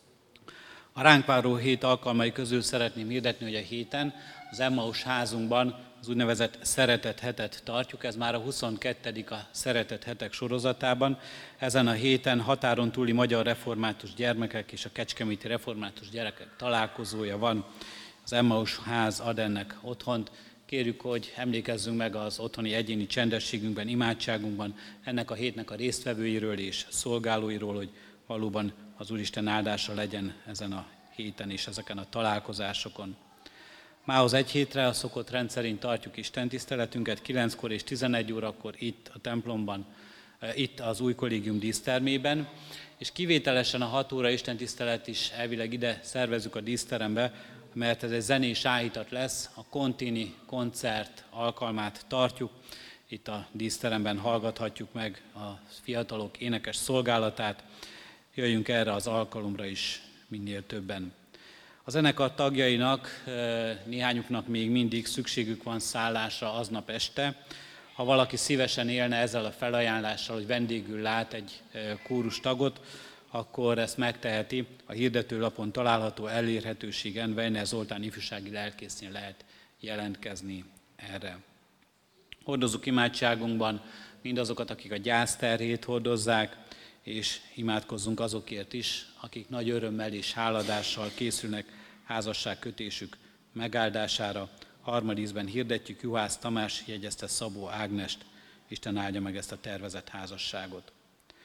A ránk váró hét alkalmai közül szeretném hirdetni, hogy a héten az Emmaus házunkban az úgynevezett Szeretet hetet tartjuk. Ez már a huszonkettedik a Szeretet hetek sorozatában. Ezen a héten határon túli magyar református gyermekek és a kecskeméti református gyerekek találkozója van. Az Emmaus ház ad ennek otthont. Kérjük, hogy emlékezzünk meg az otthoni egyéni csendességünkben, imádságunkban ennek a hétnek a résztvevőiről és szolgálóiról, hogy valóban az Úristen áldása legyen ezen a héten és ezeken a találkozásokon. Mához egy hétre a szokott rendszerint tartjuk istentiszteletünket, kilenckor és tizenegy órakor itt a templomban, itt az új kollégium dísztermében, és kivételesen a hat óra istentisztelet is elvileg ide szervezzük a díszterembe, mert ez egy zenés áhítat lesz, a Contini koncert alkalmát tartjuk. Itt a díszteremben hallgathatjuk meg a fiatalok énekes szolgálatát. Jöjjünk erre az alkalomra is minél többen. A zenekar tagjainak, néhányuknak még mindig szükségük van szállásra aznap este. Ha valaki szívesen élne ezzel a felajánlással, hogy vendégül lát egy kórus tagot, akkor ezt megteheti. A hirdetőlapon található elérhetőségen Weiner Zoltán ifjúsági lelkésznél lehet jelentkezni erre. Hordozzuk imádságunkban mindazokat, akik a gyászterhét hordozzák, és imádkozzunk azokért is, akik nagy örömmel és háladással készülnek házasságkötésük megáldására. Harmadízben hirdetjük Juhász Tamás, jegyezte Szabó Ágnest. Isten áldja meg ezt a tervezett házasságot.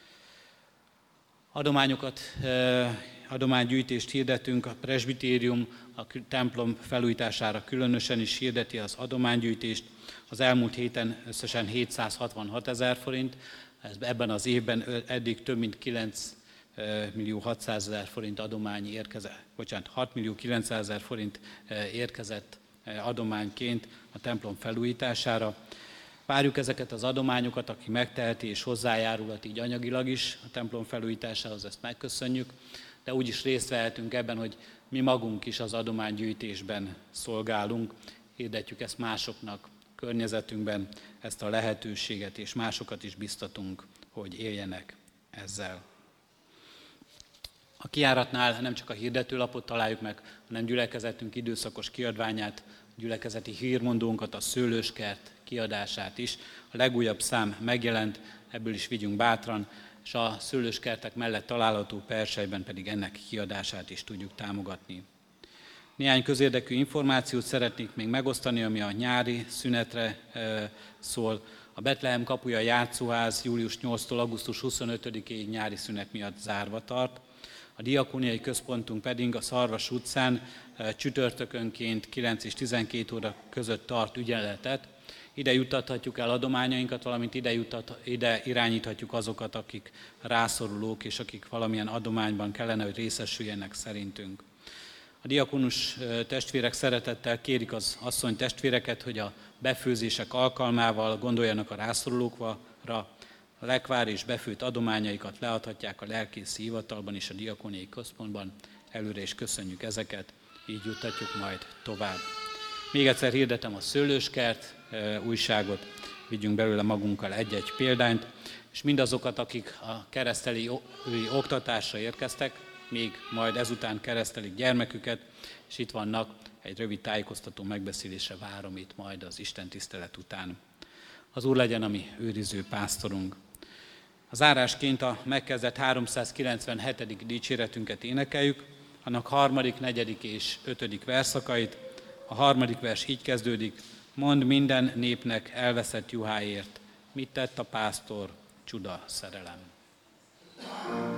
Adományokat, adománygyűjtést hirdetünk, a presbitérium a templom felújítására különösen is hirdeti az adománygyűjtést. Az elmúlt héten összesen hétszázhatvanhat ezer forint, ebben az évben eddig több mint kilenc millió hatszázezer forint adomány érkezett, bocsánat, hat millió kilencszázezer forint érkezett adományként a templom felújítására. Várjuk ezeket az adományokat, aki megteheti és hozzájárulhat így anyagilag is a templom felújításához, ezt megköszönjük, de úgy is részt vehetünk ebben, hogy mi magunk is az adománygyűjtésben szolgálunk, hirdetjük ezt másoknak, környezetünkben ezt a lehetőséget, és másokat is biztatunk, hogy éljenek ezzel. A kijáratnál nem csak a hirdetőlapot találjuk meg, hanem gyülekezetünk időszakos kiadványát, gyülekezeti hírmondónkat, a Szőlőskert kiadását is. A legújabb szám megjelent, ebből is vigyünk bátran, és a Szőlőskertek mellett található perselyben pedig ennek kiadását is tudjuk támogatni. Néhány közérdekű információt szeretnék még megosztani, ami a nyári szünetre e, szól. A Betlehem kapuja játszóház július nyolcadikától augusztus huszonötödikéig nyári szünet miatt zárva tart. A diakóniai központunk pedig a Szarvas utcán e, csütörtökönként kilenc és tizenkét óra között tart ügyeletet. Ide juttathatjuk el adományainkat, valamint ide, juttat, ide irányíthatjuk azokat, akik rászorulók, és akik valamilyen adományban kellene, hogy részesüljenek szerintünk. A diakonus testvérek szeretettel kérik az asszony testvéreket, hogy a befőzések alkalmával gondoljanak a rászorulókra, a lekvár és befőtt adományaikat leadhatják a lelkészi hivatalban és a diakóniai központban. Előre is köszönjük ezeket, így juttatjuk majd tovább. Még egyszer hirdetem a Szőlőskert újságot, vigyünk belőle magunkkal egy-egy példányt, és mindazokat, akik a kereszteli oktatásra érkeztek, még majd ezután keresztelik gyermeküket, és itt vannak, egy rövid tájékoztató megbeszélésre várom itt majd az Isten tisztelet után. Az Úr legyen a mi őriző pásztorunk. A zárásként a megkezdett háromszázkilencvenhetedik dicséretünket énekeljük, annak harmadik, negyedik és ötödik verszakait. A harmadik vers így kezdődik: mondd minden népnek elveszett juháért, mit tett a pásztor, csuda szerelem.